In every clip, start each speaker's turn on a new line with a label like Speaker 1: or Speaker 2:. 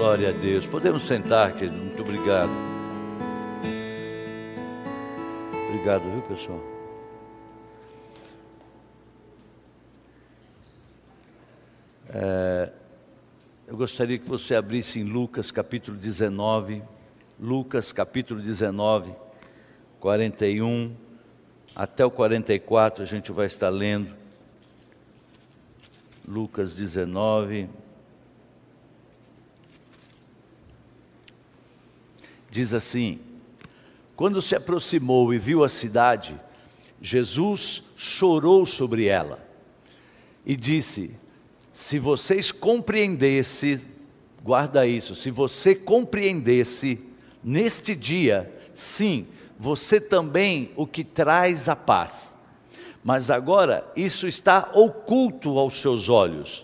Speaker 1: Glória a Deus. Podemos sentar, querido. Muito obrigado. Obrigado, viu, pessoal? Eu gostaria que você abrisse em Lucas capítulo 19. Lucas capítulo 19, 41 até o 44, a gente vai estar lendo. Lucas 19. Diz assim: quando se aproximou e viu a cidade, Jesus chorou sobre ela e disse: se vocês compreendessem, guarda isso, se você compreendesse neste dia, sim, você também o que traz a paz. Mas agora isso está oculto aos seus olhos.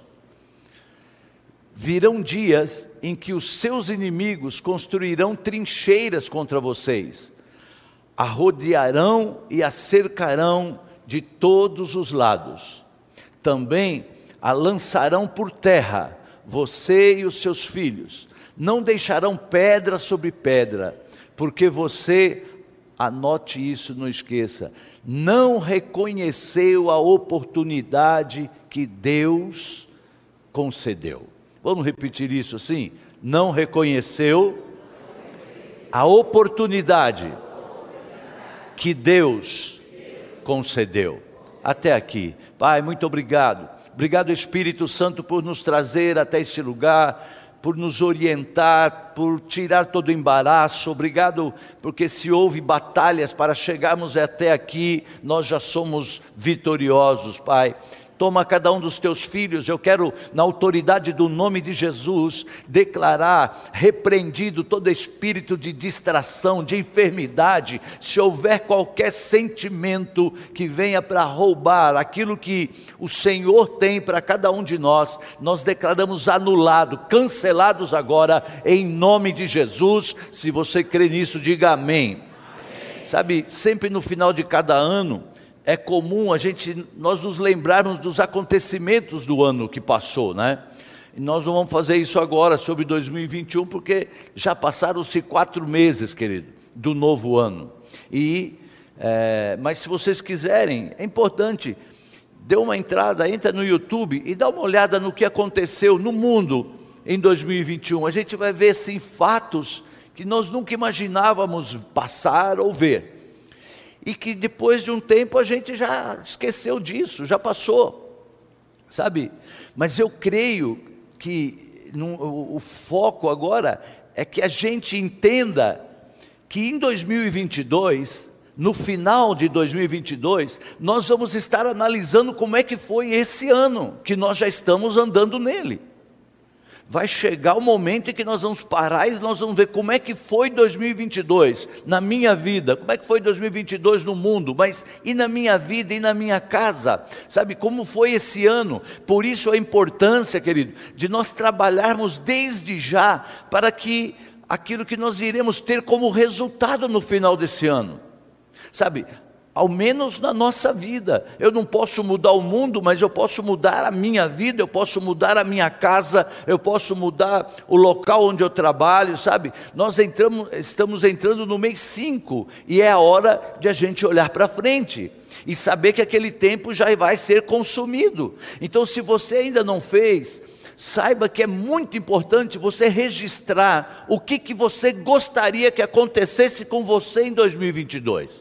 Speaker 1: Virão dias em que os seus inimigos construirão trincheiras contra vocês, a rodearão e a cercarão de todos os lados. Também a lançarão por terra, você e os seus filhos. Não deixarão pedra sobre pedra, porque você, anote isso, não esqueça, não reconheceu a oportunidade que Deus concedeu. Vamos repetir isso assim? Não reconheceu a oportunidade que Deus concedeu. Até aqui. Pai, muito obrigado. Obrigado, Espírito Santo, por nos trazer até este lugar, por nos orientar, por tirar todo o embaraço. Obrigado, porque se houve batalhas para chegarmos até aqui, nós já somos vitoriosos, Pai. Toma cada um dos teus filhos. Eu quero, na autoridade do nome de Jesus, declarar repreendido todo espírito de distração, de enfermidade. Se houver qualquer sentimento que venha para roubar aquilo que o Senhor tem para cada um de nós, nós declaramos anulado, cancelados agora, em nome de Jesus. Se você crê nisso, diga amém. Sabe, sempre no final de cada ano, é comum nós nos lembrarmos dos acontecimentos do ano que passou, né? E nós não vamos fazer isso agora sobre 2021, porque já passaram-se 4 meses, querido, do novo ano. Mas se vocês quiserem, é importante, dê uma entrada, entra no YouTube e dá uma olhada no que aconteceu no mundo em 2021. A gente vai ver, sim, fatos que nós nunca imaginávamos passar ou ver. E que depois de um tempo a gente já esqueceu disso, já passou, sabe? Mas eu creio que o foco agora é que a gente entenda que em 2022, no final de 2022, nós vamos estar analisando como é que foi esse ano, que nós já estamos andando nele. Vai chegar o momento em que nós vamos parar e nós vamos ver como é que foi 2022 na minha vida, como é que foi 2022 no mundo, mas e na minha vida e na minha casa, sabe, como foi esse ano. Por isso a importância, querido, de nós trabalharmos desde já, para que aquilo que nós iremos ter como resultado no final desse ano, sabe, ao menos na nossa vida. Eu não posso mudar o mundo, mas eu posso mudar a minha vida, eu posso mudar a minha casa, eu posso mudar o local onde eu trabalho, sabe? Nós estamos entrando no mês 5, e é a hora de a gente olhar para frente e saber que aquele tempo já vai ser consumido. Então, se você ainda não fez, saiba que é muito importante você registrar o que você gostaria que acontecesse com você em 2022.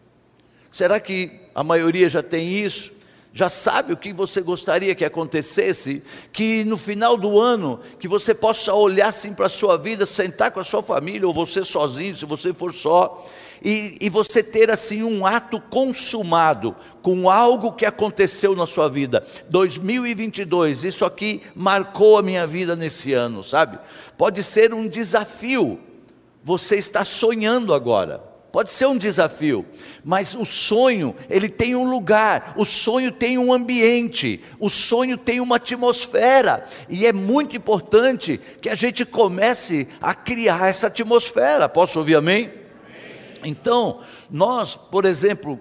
Speaker 1: Será que a maioria já tem isso? Já sabe o que você gostaria que acontecesse? Que no final do ano, que você possa olhar assim para a sua vida, sentar com a sua família, ou você sozinho, se você for só, e você ter assim um ato consumado, com algo que aconteceu na sua vida. 2022, isso aqui marcou a minha vida nesse ano, sabe? Pode ser um desafio, você está sonhando agora. Pode ser um desafio, mas o sonho, ele tem um lugar, o sonho tem um ambiente, o sonho tem uma atmosfera, e é muito importante que a gente comece a criar essa atmosfera. Posso ouvir amém? Amém. Então, nós, por exemplo,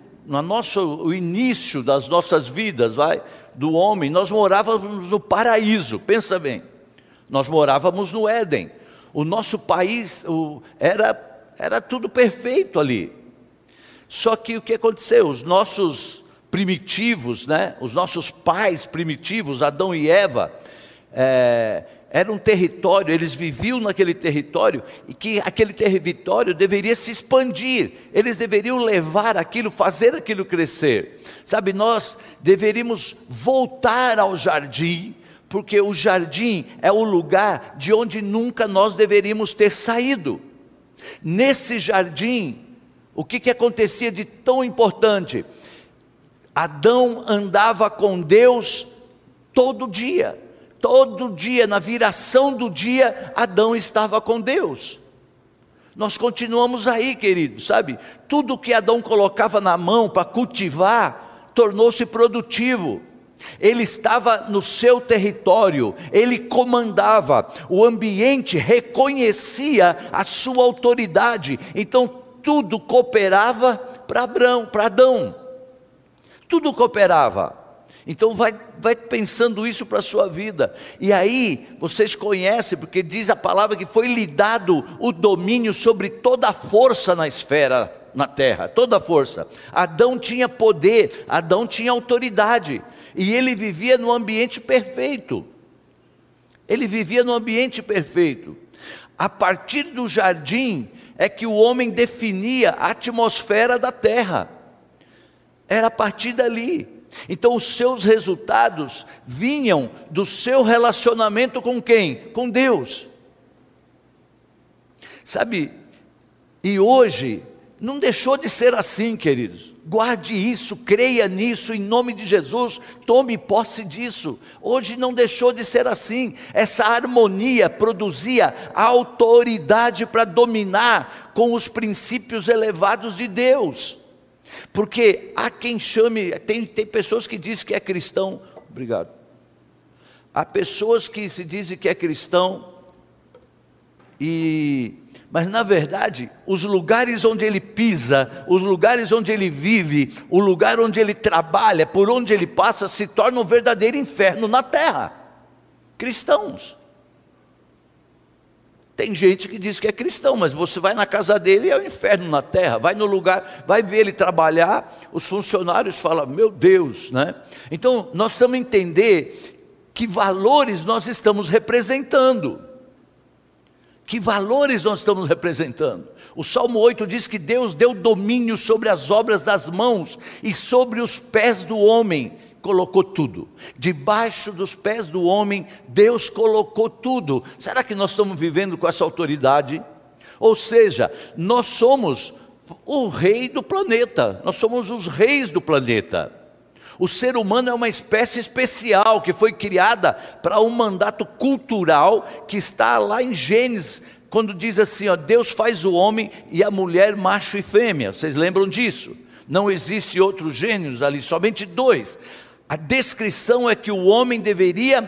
Speaker 1: o início das nossas vidas, do homem, nós morávamos no paraíso, pensa bem, nós morávamos no Éden, O nosso país era tudo perfeito ali. Só que o que aconteceu? Os nossos primitivos, né? Os nossos pais primitivos, Adão e Eva, era um território, eles viviam naquele território, e que aquele território deveria se expandir, eles deveriam levar aquilo, fazer aquilo crescer. Sabe, nós deveríamos voltar ao jardim, porque o jardim é o lugar de onde nunca nós deveríamos ter saído. Nesse jardim, o que acontecia de tão importante? Adão andava com Deus todo dia, na viração do dia, Adão estava com Deus. Nós continuamos aí, queridos, sabe? Tudo que Adão colocava na mão para cultivar, tornou-se produtivo. Ele estava no seu território, ele comandava, o ambiente reconhecia a sua autoridade, então tudo cooperava para Adão, tudo cooperava. Então vai pensando isso para a sua vida, e aí vocês conhecem, porque diz a palavra que foi lhe dado o domínio sobre toda a força na esfera, na terra, toda a força. Adão tinha poder, Adão tinha autoridade, e ele vivia no ambiente perfeito, A partir do jardim é que o homem definia a atmosfera da terra, era a partir dali. Então os seus resultados vinham do seu relacionamento com quem? Com Deus. Sabe, e hoje não deixou de ser assim, queridos. Guarde isso, creia nisso, em nome de Jesus, tome posse disso. Hoje não deixou de ser assim. Essa harmonia produzia autoridade para dominar com os princípios elevados de Deus. Porque há quem chame, tem pessoas que dizem que é cristão, obrigado. Há pessoas que se dizem que é cristão, mas na verdade, os lugares onde ele pisa, os lugares onde ele vive, o lugar onde ele trabalha, por onde ele passa, se torna um verdadeiro inferno na terra. Cristãos. Tem gente que diz que é cristão, mas você vai na casa dele e é o inferno na terra. Vai no lugar, vai ver ele trabalhar, os funcionários falam, meu Deus, né? Então nós precisamos entender que valores nós estamos representando. Que valores nós estamos representando? O Salmo 8 diz que Deus deu domínio sobre as obras das mãos e sobre os pés do homem. Colocou tudo, debaixo dos pés do homem, Deus colocou tudo. Será que nós estamos vivendo com essa autoridade? Ou seja, nós somos o rei do planeta, nós somos os reis do planeta. O ser humano é uma espécie especial, que foi criada para um mandato cultural, que está lá em Gênesis, quando diz assim, ó, Deus faz o homem e a mulher macho e fêmea. Vocês lembram disso? Não existe outros gêneros ali, somente dois. A descrição é que o homem deveria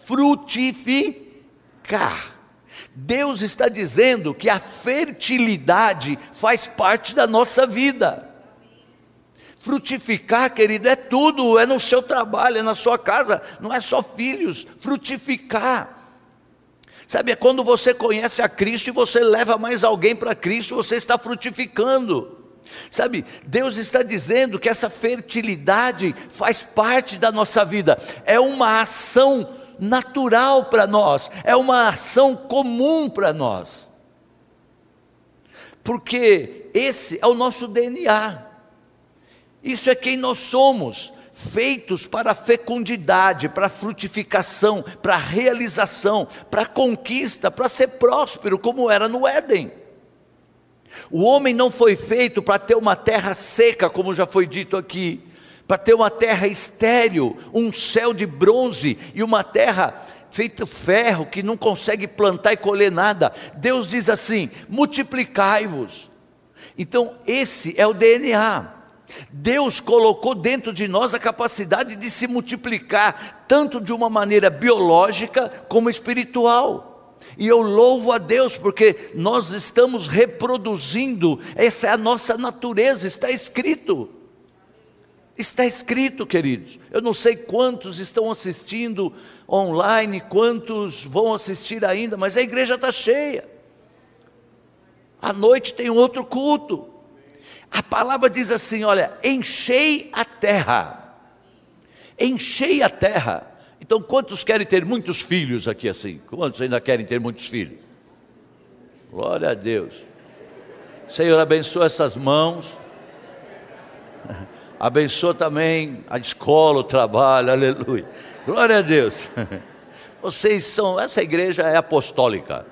Speaker 1: frutificar. Deus está dizendo que a fertilidade faz parte da nossa vida. Frutificar, querido, é tudo, é no seu trabalho, é na sua casa, não é só filhos. Frutificar, sabe, é quando você conhece a Cristo e você leva mais alguém para Cristo, você está frutificando. Sabe, Deus está dizendo que essa fertilidade faz parte da nossa vida, é uma ação natural para nós, é uma ação comum para nós, porque esse é o nosso DNA, isso é quem nós somos, feitos para a fecundidade, para a frutificação, para a realização, para a conquista, para ser próspero, como era no Éden. O homem não foi feito para ter uma terra seca, como já foi dito aqui, para ter uma terra estéril, um céu de bronze e uma terra feita ferro, que não consegue plantar e colher nada. Deus diz assim, multiplicai-vos. Então esse é o DNA. Deus colocou dentro de nós a capacidade de se multiplicar, tanto de uma maneira biológica como espiritual. E eu louvo a Deus porque nós estamos reproduzindo, essa é a nossa natureza, está escrito, queridos. Eu não sei quantos estão assistindo online, quantos vão assistir ainda, mas a igreja está cheia. À noite tem outro culto. A palavra diz assim, olha, enchei a terra. Enchei a terra. Então quantos querem ter muitos filhos aqui assim? Quantos ainda querem ter muitos filhos? Glória a Deus. Senhor, abençoa essas mãos. Abençoa também a escola, o trabalho, aleluia. Glória a Deus. Vocês são, essa igreja é apostólica.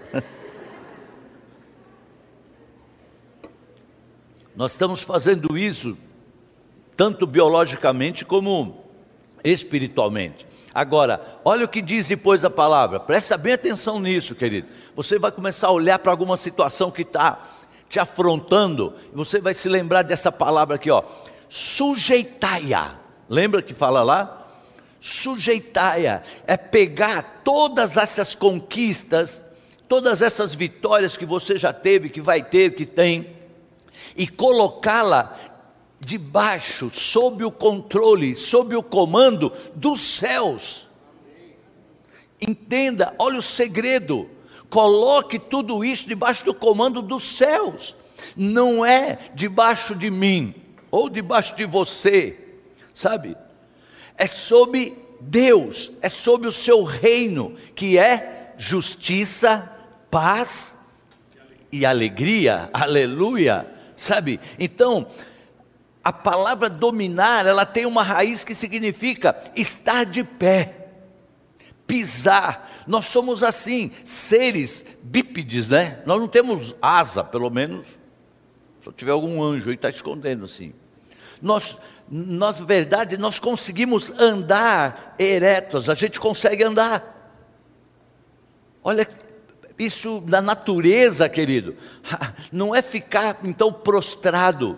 Speaker 1: Nós estamos fazendo isso, tanto biologicamente como espiritualmente. Agora, olha o que diz depois a palavra, presta bem atenção nisso, querido. Você vai começar a olhar para alguma situação que está te afrontando, e você vai se lembrar dessa palavra aqui, ó, sujeitai-a. Lembra que fala lá? Sujeitai-a, é pegar todas essas conquistas, todas essas vitórias que você já teve, que vai ter, que tem, e colocá-la debaixo, sob o controle, sob o comando dos céus. Entenda, olha o segredo, coloque tudo isso debaixo do comando dos céus, não é debaixo de mim, ou debaixo de você, sabe? É sobre Deus, é sobre o seu reino, que é justiça, paz e alegria, aleluia, sabe? Então, a palavra dominar, ela tem uma raiz que significa estar de pé, pisar. Nós somos assim, seres bípedes, né? Nós não temos asa, pelo menos, se tiver algum anjo aí está escondendo assim. Nós, na verdade, nós conseguimos andar eretos, a gente consegue andar. Olha, isso na natureza, querido, não é ficar então prostrado.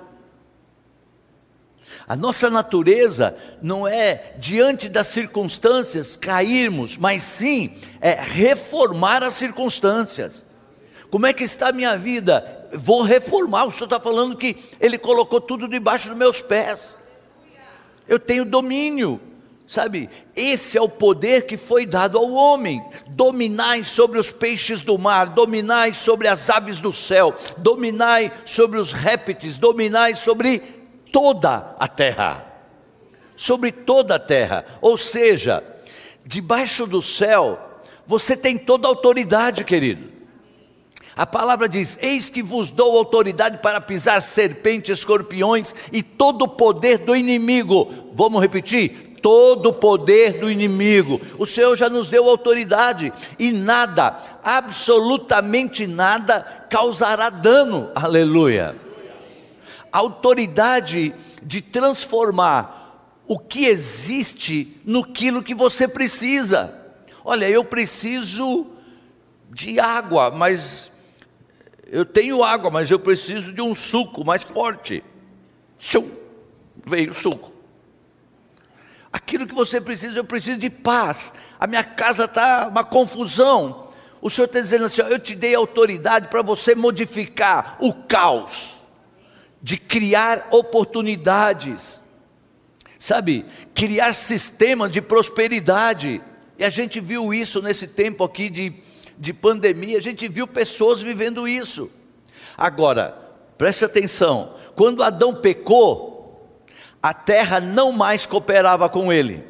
Speaker 1: A nossa natureza não é, diante das circunstâncias, cairmos, mas sim, é reformar as circunstâncias. Como é que está a minha vida? Vou reformar. O Senhor está falando que Ele colocou tudo debaixo dos meus pés. Eu tenho domínio, sabe? Esse é o poder que foi dado ao homem. Dominai sobre os peixes do mar, dominai sobre as aves do céu, dominai sobre os répteis, dominai sobre toda a terra. Sobre toda a terra. Ou seja, debaixo do céu, você tem toda a autoridade, querido. A palavra diz, eis que vos dou autoridade para pisar serpentes, escorpiões e todo o poder do inimigo. Vamos repetir? Todo o poder do inimigo. O Senhor já nos deu autoridade e nada, absolutamente nada causará dano. Aleluia. A autoridade de transformar o que existe naquilo que você precisa. Olha, eu preciso de água, mas eu tenho água, mas eu preciso de um suco mais forte. Veio o suco. Aquilo que você precisa, eu preciso de paz. A minha casa está uma confusão. O Senhor está dizendo assim, ó, eu te dei autoridade para você modificar o caos, de criar oportunidades, sabe? Criar sistemas de prosperidade. E a gente viu isso nesse tempo aqui de pandemia, a gente viu pessoas vivendo isso. Agora, preste atenção, quando Adão pecou, a terra não mais cooperava com ele,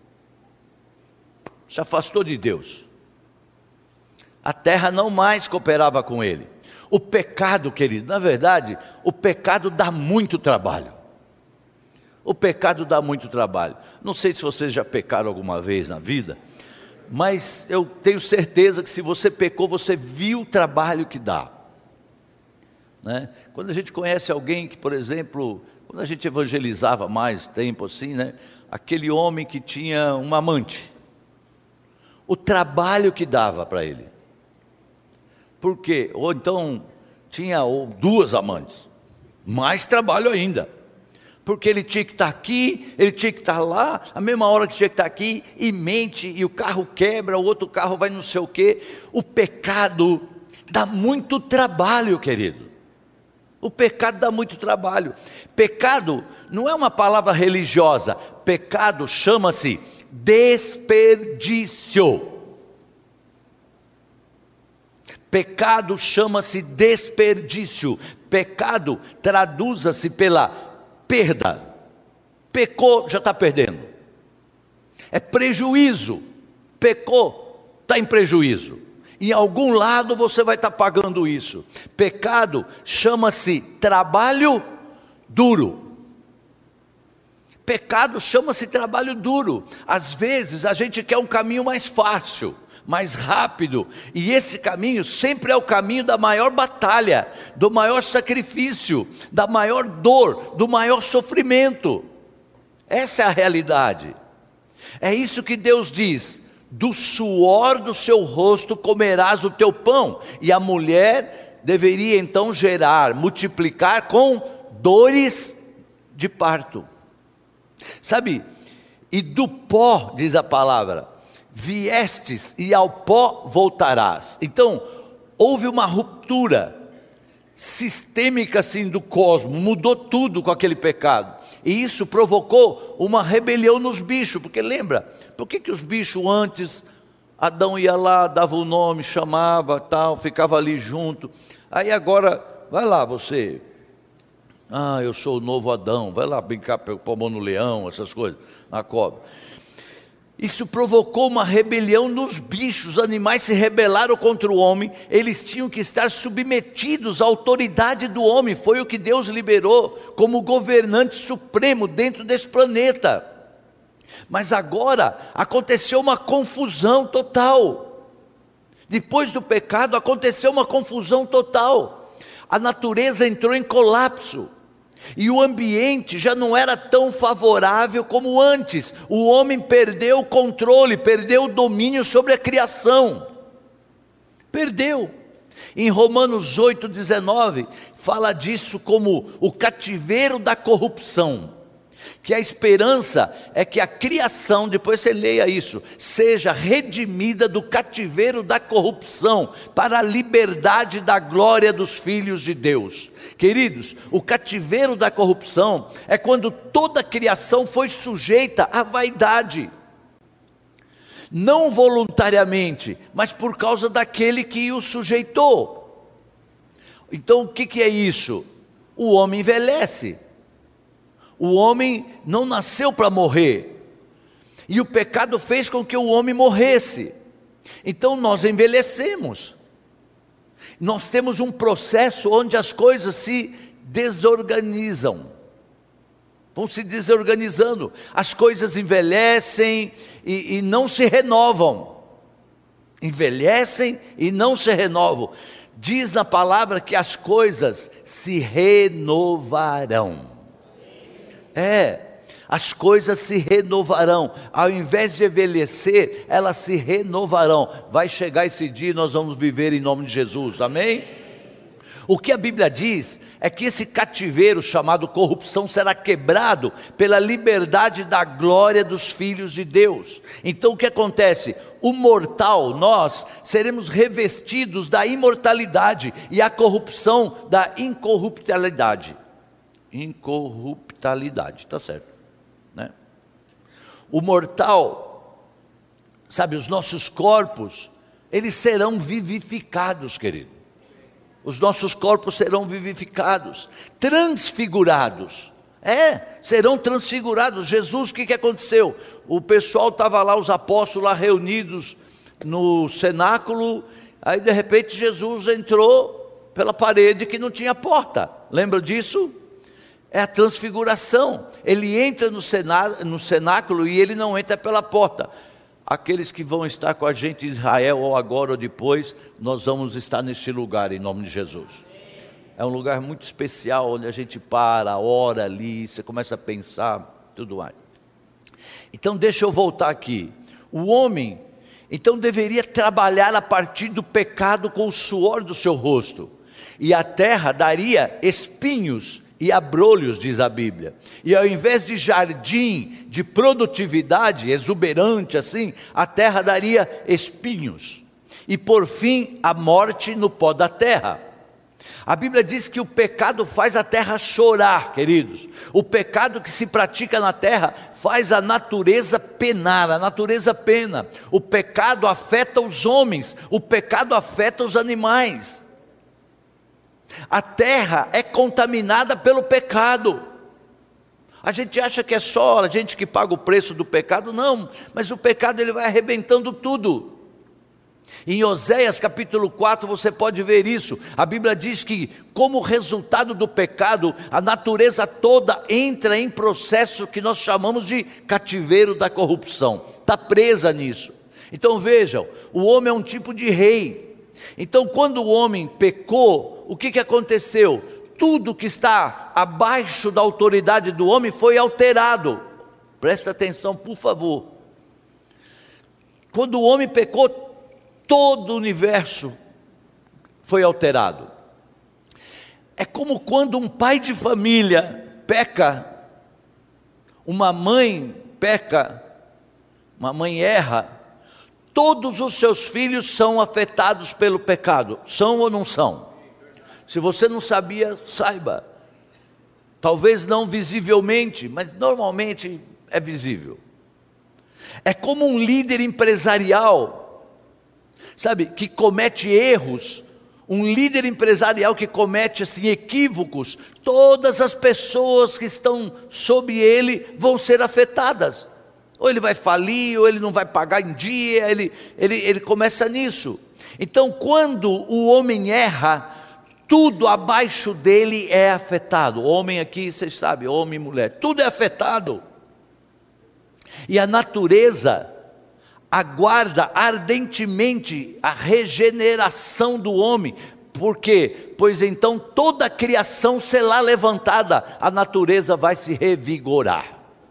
Speaker 1: se afastou de Deus, a terra não mais cooperava com ele. O pecado, querido, na verdade, o pecado dá muito trabalho. O pecado dá muito trabalho. Não sei se vocês já pecaram alguma vez na vida, mas eu tenho certeza que se você pecou, você viu o trabalho que dá, né? Quando a gente conhece alguém que, por exemplo, quando a gente evangelizava mais tempo assim, né? Aquele homem que tinha uma amante, o trabalho que dava para ele. Por quê? Ou então tinha duas amantes, mais trabalho ainda. Porque ele tinha que estar aqui, ele tinha que estar lá, a mesma hora que tinha que estar aqui, e mente, e o carro quebra, o outro carro vai não sei o quê. O pecado dá muito trabalho, querido. O pecado dá muito trabalho. Pecado não é uma palavra religiosa, pecado chama-se desperdício. Pecado chama-se desperdício. Pecado traduz-se pela perda. Pecou, já está perdendo. É prejuízo. Pecou, está em prejuízo. Em algum lado você vai estar pagando isso. Pecado chama-se trabalho duro. Pecado chama-se trabalho duro. Às vezes a gente quer um caminho mais fácil, mais rápido, e esse caminho sempre é o caminho da maior batalha, do maior sacrifício, da maior dor, do maior sofrimento. Essa é a realidade. É isso que Deus diz: do suor do seu rosto comerás o teu pão. E a mulher deveria então gerar, multiplicar com dores de parto. Sabe, e do pó, diz a palavra, viestes e ao pó voltarás. Então, houve uma ruptura sistêmica assim do cosmos, mudou tudo com aquele pecado. E isso provocou uma rebelião nos bichos, porque lembra, por que os bichos antes, Adão ia lá, dava o nome, chamava, tal, ficava ali junto. Aí agora, vai lá você, eu sou o novo Adão, vai lá brincar, pôr a mão no leão, essas coisas, na cobra. Isso provocou uma rebelião nos bichos. Os animais se rebelaram contra o homem. Eles tinham que estar submetidos à autoridade do homem. Foi o que Deus liberou como governante supremo dentro desse planeta. Mas agora aconteceu uma confusão total. Depois do pecado aconteceu uma confusão total. A natureza entrou em colapso. E o ambiente já não era tão favorável como antes. O homem perdeu o controle, perdeu o domínio sobre a criação. Perdeu. Em Romanos 8,19, fala disso como o cativeiro da corrupção. Que a esperança é que a criação, depois você leia isso, seja redimida do cativeiro da corrupção para a liberdade da glória dos filhos de Deus. Queridos, o cativeiro da corrupção é quando toda a criação foi sujeita à vaidade. Não voluntariamente, mas por causa daquele que o sujeitou. Então o que é isso? O homem envelhece. O homem não nasceu para morrer, e o pecado fez com que o homem morresse. Então nós envelhecemos. Nós temos um processo onde as coisas se desorganizam, vão se desorganizando, as coisas envelhecem e não se renovam. Envelhecem e não se renovam. Diz na palavra que as coisas se renovarão. As coisas se renovarão. Ao invés de envelhecer, elas se renovarão. Vai chegar esse dia e nós vamos viver em nome de Jesus, amém? O que a Bíblia diz é que esse cativeiro chamado corrupção será quebrado pela liberdade da glória dos filhos de Deus. Então o que acontece? O mortal, nós, seremos revestidos da imortalidade e a corrupção da incorruptibilidade. Incorruptibilidade, está certo, né? O mortal, sabe, os nossos corpos, eles serão vivificados, querido. Os nossos corpos serão vivificados, transfigurados. Serão transfigurados. Jesus, o que aconteceu? O pessoal estava lá, os apóstolos lá reunidos no cenáculo, aí de repente Jesus entrou pela parede que não tinha porta. Lembra disso? É a transfiguração. Ele entra no cenáculo e ele não entra pela porta. Aqueles que vão estar com a gente em Israel, ou agora ou depois, nós vamos estar neste lugar em nome de Jesus. É um lugar muito especial, onde a gente para, ora ali, você começa a pensar, tudo mais. Então deixa eu voltar aqui. O homem, então, deveria trabalhar a partir do pecado com o suor do seu rosto. E a terra daria espinhos e abrolhos, diz a Bíblia. E ao invés de jardim de produtividade exuberante assim, a terra daria espinhos. E por fim, a morte no pó da terra. A Bíblia diz que o pecado faz a terra chorar, queridos. O pecado que se pratica na terra faz a natureza penar, a natureza pena. O pecado afeta os homens, o pecado afeta os animais. A terra é contaminada pelo pecado. A gente acha que é só a gente que paga o preço do pecado, não, mas o pecado ele vai arrebentando tudo. Em Oséias capítulo 4 você pode ver isso. A Bíblia diz que como resultado do pecado, a natureza toda entra em processo que nós chamamos de cativeiro da corrupção, está presa nisso. Então vejam, o homem é um tipo de rei. Então quando o homem pecou, o que aconteceu? Tudo que está abaixo da autoridade do homem foi alterado. Presta atenção, por favor. Quando o homem pecou, todo o universo foi alterado. É como quando um pai de família peca, uma mãe peca, uma mãe erra, todos os seus filhos são afetados pelo pecado. São ou não são? Se você não sabia, saiba. Talvez não visivelmente, mas normalmente é visível. É como um líder empresarial, sabe, que comete erros. Um líder empresarial que comete assim equívocos, todas as pessoas que estão sob ele vão ser afetadas. Ou ele vai falir, ou ele não vai pagar em dia, ele começa nisso. Então quando o homem erra, tudo abaixo dele é afetado. Homem aqui, vocês sabem, homem e mulher, tudo é afetado. E a natureza aguarda ardentemente a regeneração do homem. Por quê? Pois então toda a criação será levantada, a natureza vai se revigorar.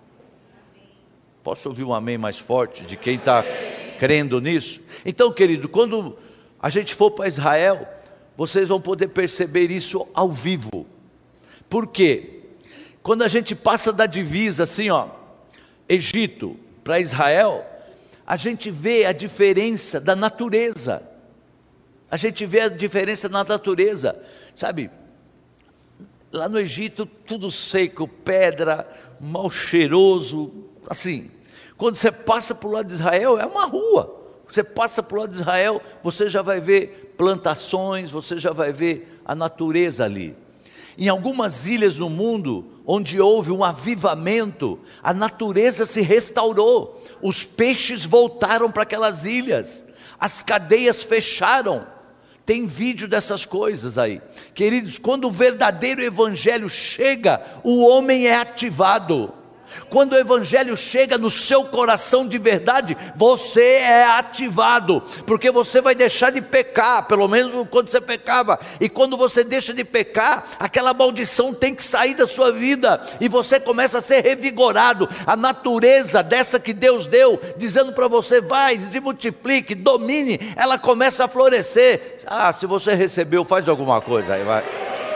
Speaker 1: Posso ouvir um amém mais forte de quem está crendo nisso? Então, querido, quando a gente for para Israel, vocês vão poder perceber isso ao vivo. Por quê? Quando a gente passa da divisa assim, ó, Egito para Israel, a gente vê a diferença da natureza. A gente vê a diferença na natureza, sabe? Lá no Egito, tudo seco, pedra, mal cheiroso, assim. Quando você passa para o lado de Israel, é uma rua. Você passa para o lado de Israel, você já vai ver plantações, você já vai ver a natureza ali. Em algumas ilhas no mundo, onde houve um avivamento, a natureza se restaurou, os peixes voltaram para aquelas ilhas, as cadeias fecharam. Tem vídeo dessas coisas aí. Queridos, quando o verdadeiro evangelho chega, o homem é ativado. Quando o evangelho chega no seu coração de verdade, você é ativado, porque você vai deixar de pecar, pelo menos quando você pecava, e quando você deixa de pecar, aquela maldição tem que sair da sua vida, e você começa a ser revigorado, a natureza dessa que Deus deu, dizendo para você, vai, se multiplique, domine, ela começa a florescer. Se você recebeu, faz alguma coisa aí, vai.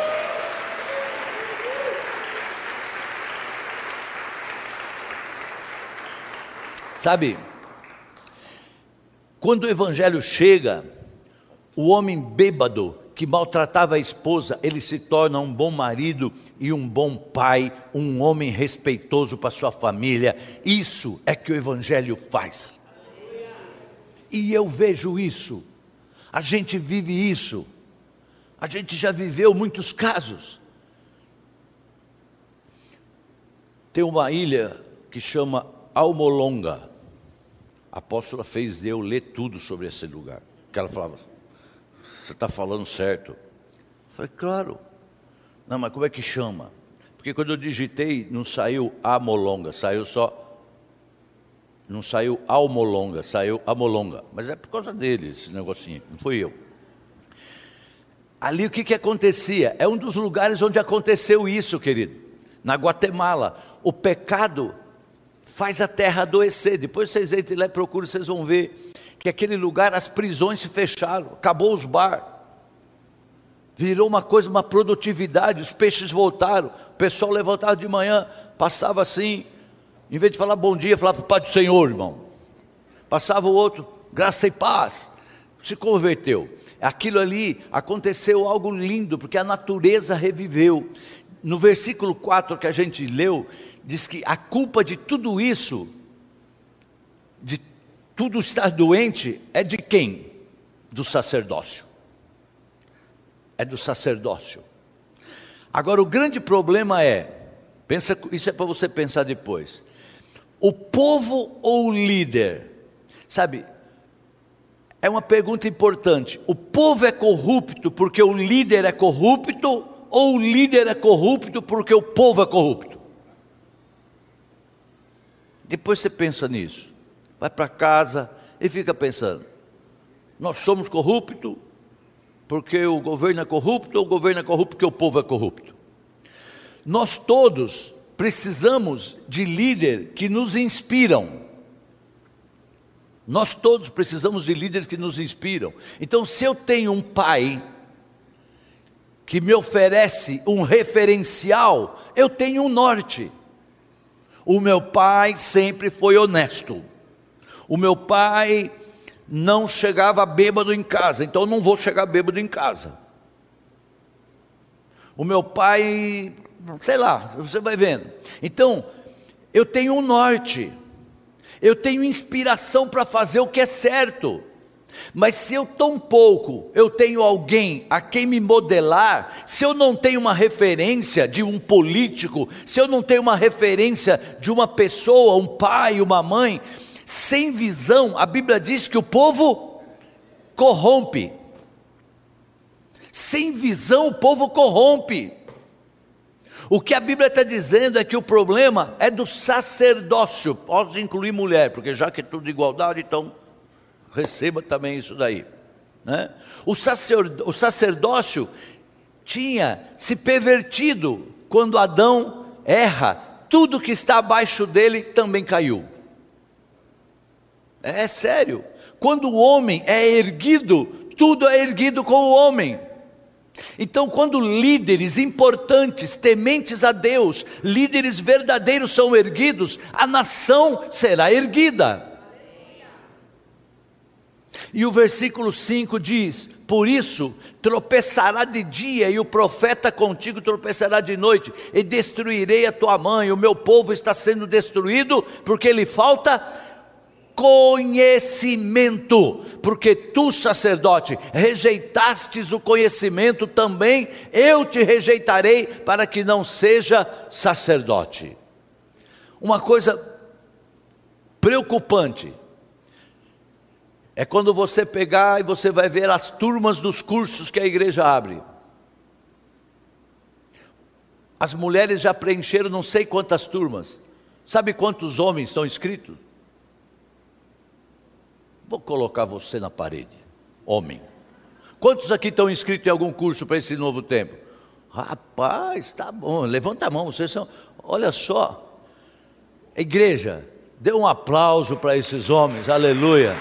Speaker 1: Sabe, quando o evangelho chega, o homem bêbado que maltratava a esposa, ele se torna um bom marido e um bom pai, um homem respeitoso para sua família. Isso é que o evangelho faz. E eu vejo isso, a gente vive isso, a gente já viveu muitos casos. Tem uma ilha que chama Almolonga. A apóstola fez eu ler tudo sobre esse lugar, que ela falava, você está falando certo? Eu falei, claro. Não, mas como é que chama? Porque quando eu digitei, não saiu Amolonga, saiu só, não saiu Almolonga, saiu Amolonga, mas é por causa dele esse negocinho, não fui eu. Ali o que acontecia? É um dos lugares onde aconteceu isso, querido, na Guatemala. O pecado faz a terra adoecer. Depois vocês entrem lá e procuram, vocês vão ver que aquele lugar, as prisões se fecharam, acabou os bar, virou uma coisa, uma produtividade, os peixes voltaram, o pessoal levantava de manhã, passava assim, em vez de falar bom dia, falava Pai do Senhor, irmão. Passava o outro, graça e paz. se converteu. Aquilo ali aconteceu algo lindo, porque a natureza reviveu. No versículo 4 que a gente leu, diz que a culpa de tudo isso, de tudo estar doente, é de quem? Do sacerdócio. É do sacerdócio. Agora o grande problema é, isso é para você pensar depois, o povo ou o líder? Sabe, é uma pergunta importante. O povo é corrupto porque o líder é corrupto, ou o líder é corrupto porque o povo é corrupto? Depois você pensa nisso, vai para casa e fica pensando, nós somos corruptos porque o governo é corrupto, ou o governo é corrupto porque o povo é corrupto? Nós todos precisamos de líderes que nos inspiram. Nós todos precisamos de líderes que nos inspiram. Então, se eu tenho um pai que me oferece um referencial, eu tenho um norte. O meu pai sempre foi honesto. O meu pai não chegava bêbado em casa, então eu não vou chegar bêbado em casa. O meu pai, sei lá, você vai vendo. Então, eu tenho um norte. Eu tenho inspiração para fazer o que é certo. Mas se eu tampouco eu tenho alguém a quem me modelar, se eu não tenho uma referência de um político, se eu não tenho uma referência de uma pessoa, um pai, uma mãe, sem visão, a Bíblia diz que o povo corrompe. Sem visão o povo corrompe. O que a Bíblia está dizendo é que o problema é do sacerdócio. Pode incluir mulher, porque já que é tudo igualdade, então receba também isso daí, né? O sacerdócio tinha se pervertido. Quando Adão erra, tudo que está abaixo dele também caiu. É sério. Quando o homem é erguido, tudo é erguido com o homem. Então, quando líderes importantes, tementes a Deus, líderes verdadeiros são erguidos, a nação será erguida. E o versículo 5 diz: por isso tropeçará de dia e o profeta contigo tropeçará de noite, e destruirei a tua mãe. O meu povo está sendo destruído porque lhe falta conhecimento, porque tu, sacerdote, rejeitastes o conhecimento, também eu te rejeitarei para que não seja sacerdote. Uma coisa preocupante é quando você pegar e você vai ver as turmas dos cursos que a igreja abre. As mulheres já preencheram não sei quantas turmas. Sabe quantos homens estão inscritos? Vou colocar você na parede, homem. Quantos aqui estão inscritos em algum curso para esse novo tempo? Rapaz, tá bom, levanta a mão, vocês são, olha só. Igreja, dê um aplauso para esses homens, aleluia.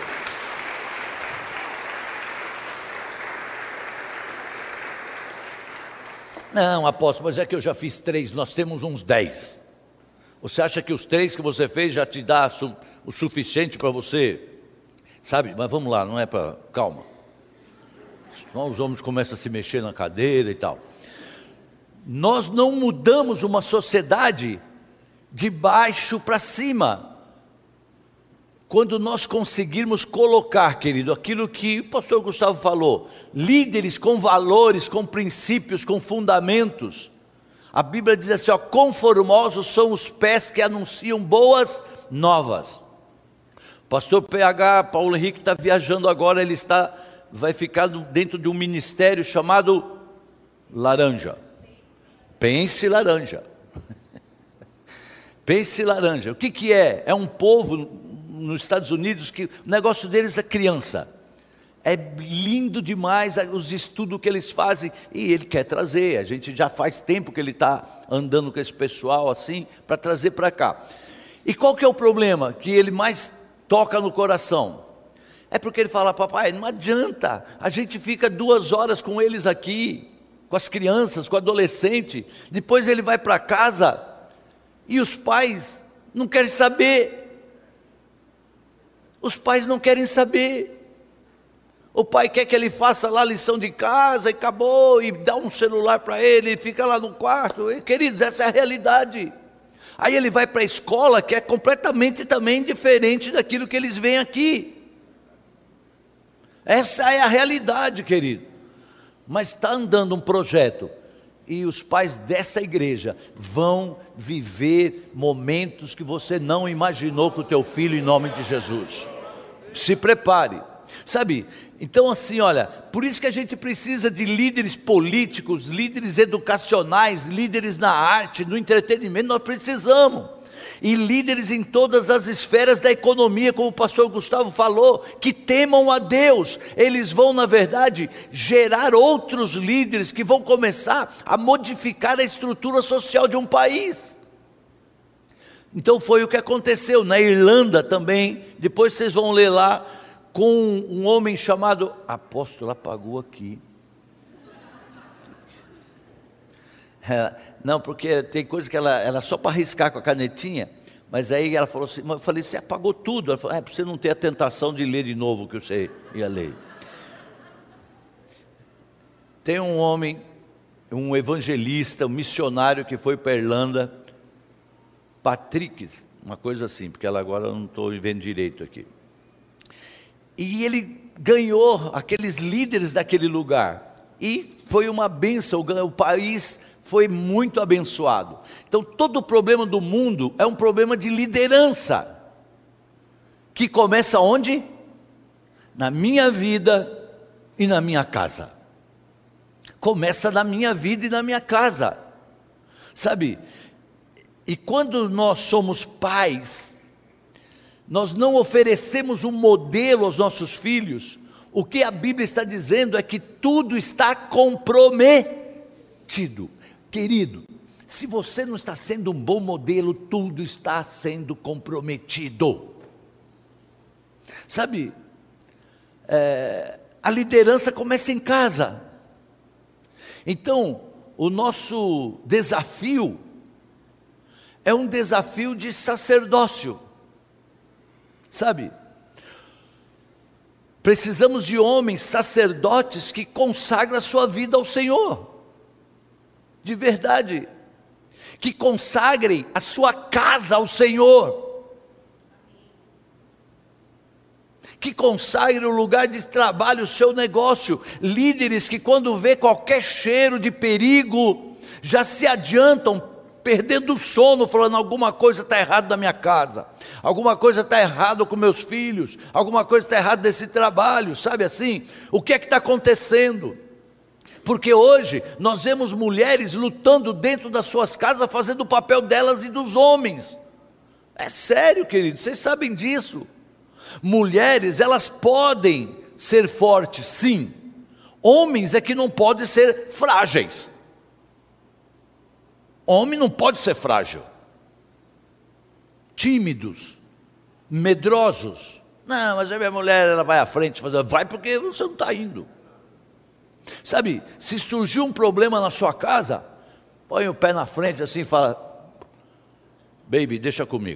Speaker 1: Não, apóstolo, mas é que eu já fiz 3, nós temos uns 10. Você acha que os 3 que você fez já te dá o suficiente para você? Sabe, mas vamos lá, não é para... Calma. Senão os homens começam a se mexer na cadeira e tal. Nós não mudamos uma sociedade de baixo para cima. Quando nós conseguirmos colocar, querido, aquilo que o pastor Gustavo falou, líderes com valores, com princípios, com fundamentos. A Bíblia diz assim, ó, conformosos são os pés que anunciam boas novas. Pastor PH, Paulo Henrique está viajando agora, ele vai ficar dentro de um ministério chamado Laranja. Pense laranja. Pense laranja. O que é? É um povo nos Estados Unidos que o negócio deles é criança. É lindo demais os estudos que eles fazem e ele quer trazer. A gente já faz tempo que ele está andando com esse pessoal assim, para trazer para cá. E qual que é o problema que ele mais toca no coração? É porque ele fala, papai, não adianta, a gente fica 2 horas com eles aqui, com as crianças, com o adolescente, depois ele vai para casa e os pais não querem saber. Os pais não querem saber. O pai quer que ele faça lá a lição de casa e acabou, e dá um celular para ele, e fica lá no quarto. E, queridos, essa é a realidade. Aí ele vai para a escola, que é completamente também diferente daquilo que eles veem aqui. Essa é a realidade, querido. Mas está andando um projeto, e os pais dessa igreja vão viver momentos que você não imaginou com o teu filho, em nome de Jesus. Se prepare. Sabe, então assim, olha, por isso que a gente precisa de líderes políticos, líderes educacionais, líderes na arte, no entretenimento, nós precisamos. E líderes em todas as esferas da economia, como o pastor Gustavo falou, que temam a Deus. Eles vão, na verdade, gerar outros líderes que vão começar a modificar a estrutura social de um país. Então foi o que aconteceu na Irlanda também. Depois vocês vão ler lá, com um homem chamado, apóstolo, apagou aqui. Não, porque tem coisa que ela só para riscar com a canetinha, mas aí ela falou assim, eu falei, você apagou tudo. Ela falou, para você não ter a tentação de ler de novo o que você ia ler. Tem um homem, um evangelista, um missionário que foi para a Irlanda, Patrick, uma coisa assim, porque ela agora eu não estou vendo direito aqui. E ele ganhou aqueles líderes daquele lugar, e foi uma bênção, o país foi muito abençoado. Então todo o problema do mundo é um problema de liderança, que começa onde? Na minha vida e na minha casa. Começa na minha vida e na minha casa, sabe? E quando nós somos pais, nós não oferecemos um modelo aos nossos filhos. O que a Bíblia está dizendo é que tudo está comprometido. Querido, se você não está sendo um bom modelo, tudo está sendo comprometido. Sabe, a liderança começa em casa. Então, o nosso desafio é um desafio de sacerdócio. Sabe, precisamos de homens sacerdotes que consagram a sua vida ao Senhor, de verdade, que consagrem a sua casa ao Senhor, que consagrem o lugar de trabalho, o seu negócio, líderes que quando vê qualquer cheiro de perigo, já se adiantam, perdendo o sono, falando, alguma coisa está errada na minha casa, alguma coisa está errada com meus filhos, alguma coisa está errada nesse trabalho, sabe assim? O que é que está acontecendo? Porque hoje nós vemos mulheres lutando dentro das suas casas, fazendo o papel delas e dos homens. É sério, queridos, vocês sabem disso. Mulheres, elas podem ser fortes, sim. Homens é que não podem ser frágeis. Homem não pode ser frágil, tímidos, medrosos. Não, mas a minha mulher, ela vai à frente, vai porque você não está indo. Sabe, se surgir um problema na sua casa, põe o pé na frente assim e fala, baby, deixa comigo.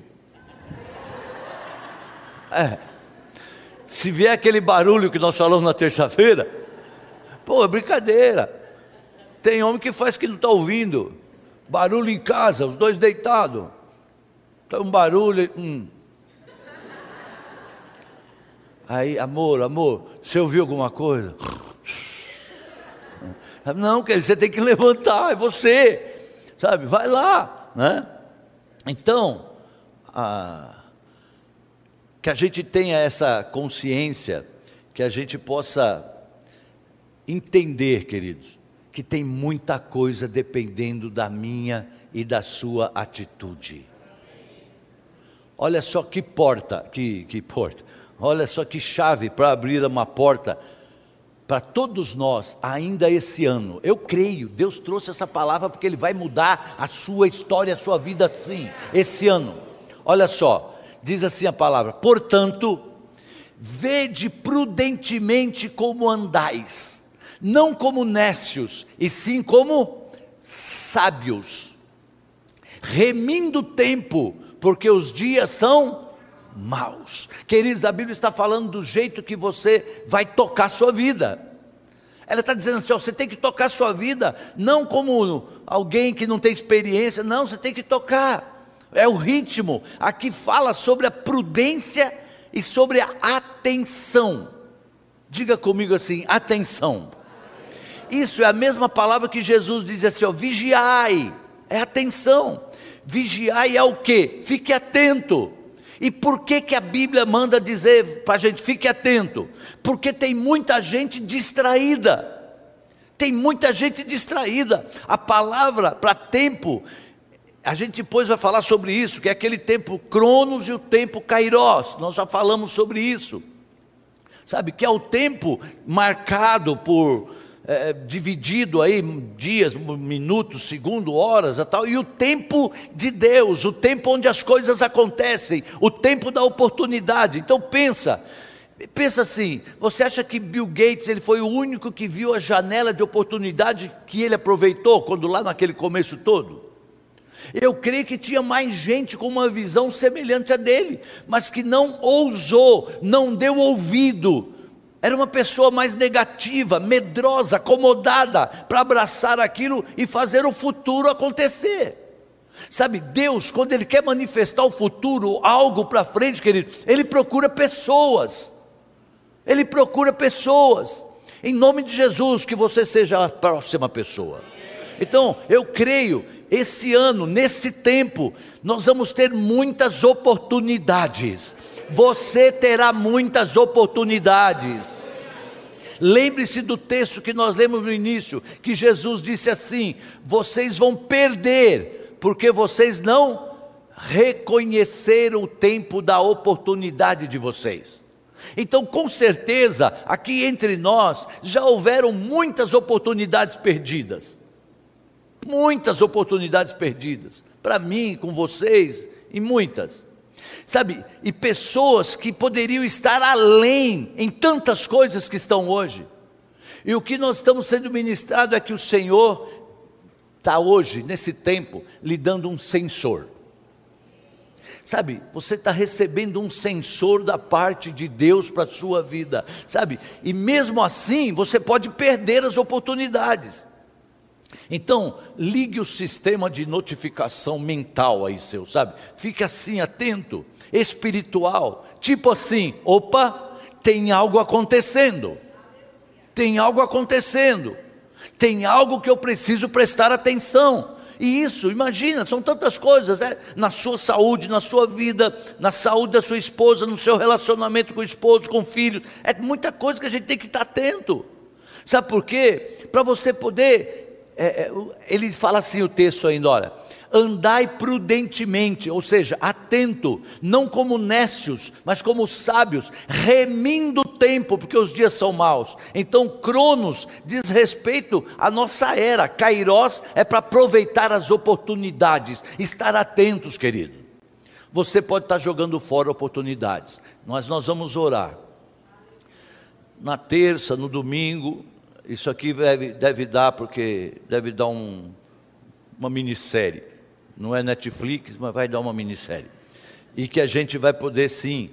Speaker 1: Se vier aquele barulho que nós falamos na terça-feira, pô, é brincadeira. Tem homem que faz que não está ouvindo. Barulho em casa, os dois deitados. Então um barulho. Aí, amor, você ouviu alguma coisa? Não, querido, você tem que levantar, é você. Sabe, vai lá, né? Então, que a gente tenha essa consciência, que a gente possa entender, queridos, que tem muita coisa dependendo da minha e da sua atitude. Olha só que porta, olha só que chave para abrir uma porta para todos nós, ainda esse ano. Eu creio, Deus trouxe essa palavra porque Ele vai mudar a sua história, a sua vida sim, esse ano. Olha só, diz assim a palavra, portanto, vede prudentemente como andais, não como nécios, e sim como sábios, remindo o tempo, porque os dias são maus. Queridos, a Bíblia está falando do jeito que você vai tocar a sua vida. Ela está dizendo assim, ó, você tem que tocar a sua vida, não como alguém que não tem experiência, não, você tem que tocar. É o ritmo. Aqui fala sobre a prudência e sobre a atenção. Diga comigo assim, atenção. Isso é a mesma palavra que Jesus diz assim, ó, vigiai, é atenção. Vigiai é o quê? Fique atento. E por que a Bíblia manda dizer para a gente, fique atento? Porque tem muita gente distraída. Tem muita gente distraída. A palavra para tempo, a gente depois vai falar sobre isso, que é aquele tempo Cronos e o tempo Kairos. Nós já falamos sobre isso. Sabe, que é o tempo marcado por, dividido aí, dias, minutos, segundos, horas e tal, e o tempo de Deus, o tempo onde as coisas acontecem, o tempo da oportunidade. Então pensa assim, você acha que Bill Gates ele foi o único que viu a janela de oportunidade que ele aproveitou, quando lá naquele começo todo? Eu creio que tinha mais gente com uma visão semelhante a dele, mas que não ousou, não deu ouvido. Era uma pessoa mais negativa, medrosa, acomodada, para abraçar aquilo e fazer o futuro acontecer. Sabe, Deus, quando Ele quer manifestar o futuro, algo para frente, querido, Ele procura pessoas. Ele procura pessoas. Em nome de Jesus, que você seja a próxima pessoa. Então, eu creio, esse ano, nesse tempo, nós vamos ter muitas oportunidades. Você terá muitas oportunidades. Lembre-se do texto que nós lemos no início, que Jesus disse assim: vocês vão perder, porque vocês não reconheceram o tempo da oportunidade de vocês. Então, com certeza, aqui entre nós, já houveram muitas oportunidades perdidas. Muitas oportunidades perdidas, para mim, com vocês, e muitas, sabe, e pessoas que poderiam estar além, em tantas coisas que estão hoje, e o que nós estamos sendo ministrado é que o Senhor está hoje, nesse tempo, lhe dando um sensor. Sabe, você está recebendo um sensor da parte de Deus para a sua vida, sabe, e mesmo assim, você pode perder as oportunidades. Então, ligue o sistema de notificação mental aí seu, sabe? Fique assim, atento, espiritual, tipo assim, opa, tem algo acontecendo. Tem algo acontecendo. Tem algo que eu preciso prestar atenção. E isso, imagina, são tantas coisas, na sua saúde, na sua vida, na saúde da sua esposa, no seu relacionamento com o esposo, com o filho. É muita coisa que a gente tem que estar atento. Sabe por quê? Para você poder... ele fala assim o texto ainda, olha, andai prudentemente, ou seja, atento, não como nécios, mas como sábios, remindo o tempo, porque os dias são maus. Então, Cronos diz respeito à nossa era, Kairos é para aproveitar as oportunidades, estar atentos, querido. Você pode estar jogando fora oportunidades, mas nós vamos orar, na terça, no domingo. Isso aqui deve dar, porque deve dar uma minissérie. Não é Netflix, mas vai dar uma minissérie. E que a gente vai poder sim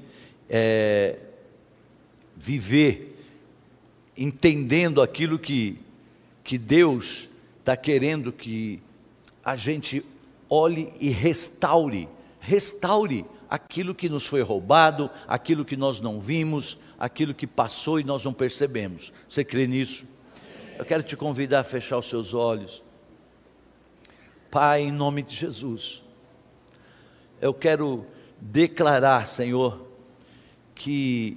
Speaker 1: viver entendendo aquilo que Deus está querendo que a gente olhe e restaure aquilo que nos foi roubado, aquilo que nós não vimos, aquilo que passou e nós não percebemos. Você crê nisso? Eu quero te convidar a fechar os seus olhos. Pai, em nome de Jesus, eu quero declarar, Senhor, que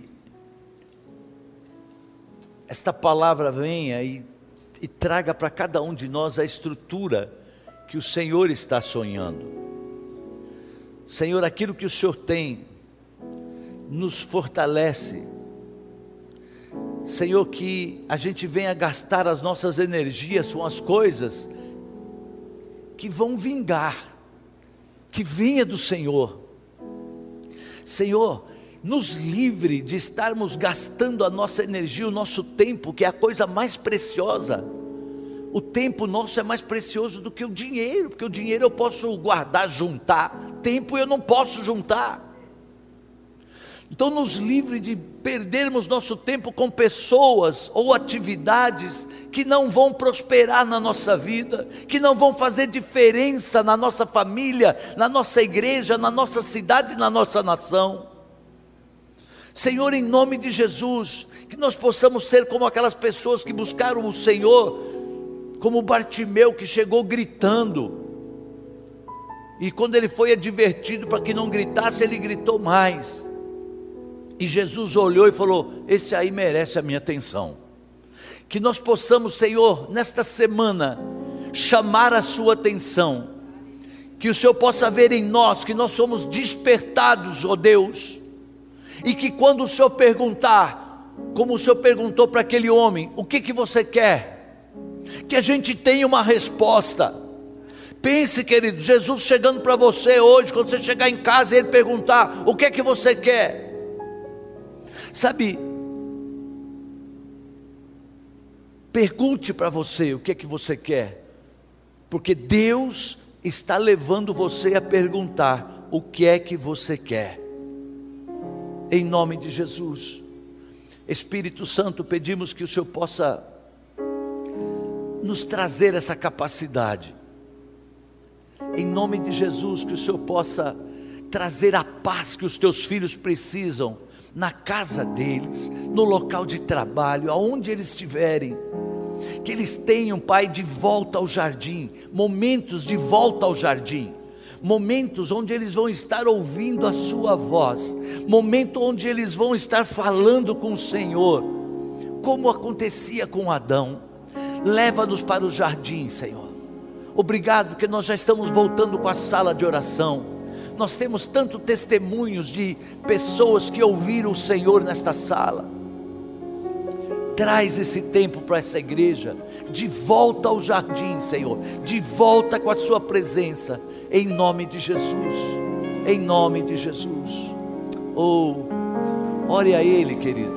Speaker 1: esta palavra venha e traga para cada um de nós a estrutura que o Senhor está sonhando. Senhor, aquilo que o Senhor tem, nos fortalece. Senhor, que a gente venha gastar as nossas energias com as coisas que vão vingar, que venha do Senhor. Senhor, nos livre de estarmos gastando a nossa energia, o nosso tempo, que é a coisa mais preciosa. O tempo nosso é mais precioso do que o dinheiro, porque o dinheiro eu posso guardar, juntar, tempo eu não posso juntar. Então nos livre de perdermos nosso tempo com pessoas ou atividades que não vão prosperar na nossa vida, que não vão fazer diferença na nossa família, na nossa igreja, na nossa cidade e na nossa nação. Senhor, em nome de Jesus, que nós possamos ser como aquelas pessoas que buscaram o Senhor, como Bartimeu, que chegou gritando, e quando ele foi advertido para que não gritasse, ele gritou mais. E Jesus olhou e falou: esse aí merece a minha atenção. Que nós possamos, Senhor, nesta semana, chamar a sua atenção, que o Senhor possa ver em nós, que nós somos despertados, ó Deus, e que quando o Senhor perguntar, como o Senhor perguntou para aquele homem, o que você quer? Que a gente tenha uma resposta. Pense, querido, Jesus chegando para você hoje, quando você chegar em casa e Ele perguntar, o que você quer? Sabe, pergunte para você o que você quer, porque Deus está levando você a perguntar o que é que você quer, em nome de Jesus. Espírito Santo, pedimos que o Senhor possa nos trazer essa capacidade, em nome de Jesus, que o Senhor possa trazer a paz que os teus filhos precisam, na casa deles, no local de trabalho, aonde eles estiverem, que eles tenham, Pai, de volta ao jardim, momentos de volta ao jardim, momentos onde eles vão estar ouvindo a sua voz, momento onde eles vão estar falando com o Senhor, como acontecia com Adão. Leva-nos para o jardim, Senhor. Obrigado, porque nós já estamos voltando com a sala de oração. Nós temos tanto testemunhos de pessoas que ouviram o Senhor nesta sala. Traz esse tempo para essa igreja, de volta ao jardim, Senhor, de volta com a sua presença, em nome de Jesus, em nome de Jesus. Oh, ore a Ele, querido.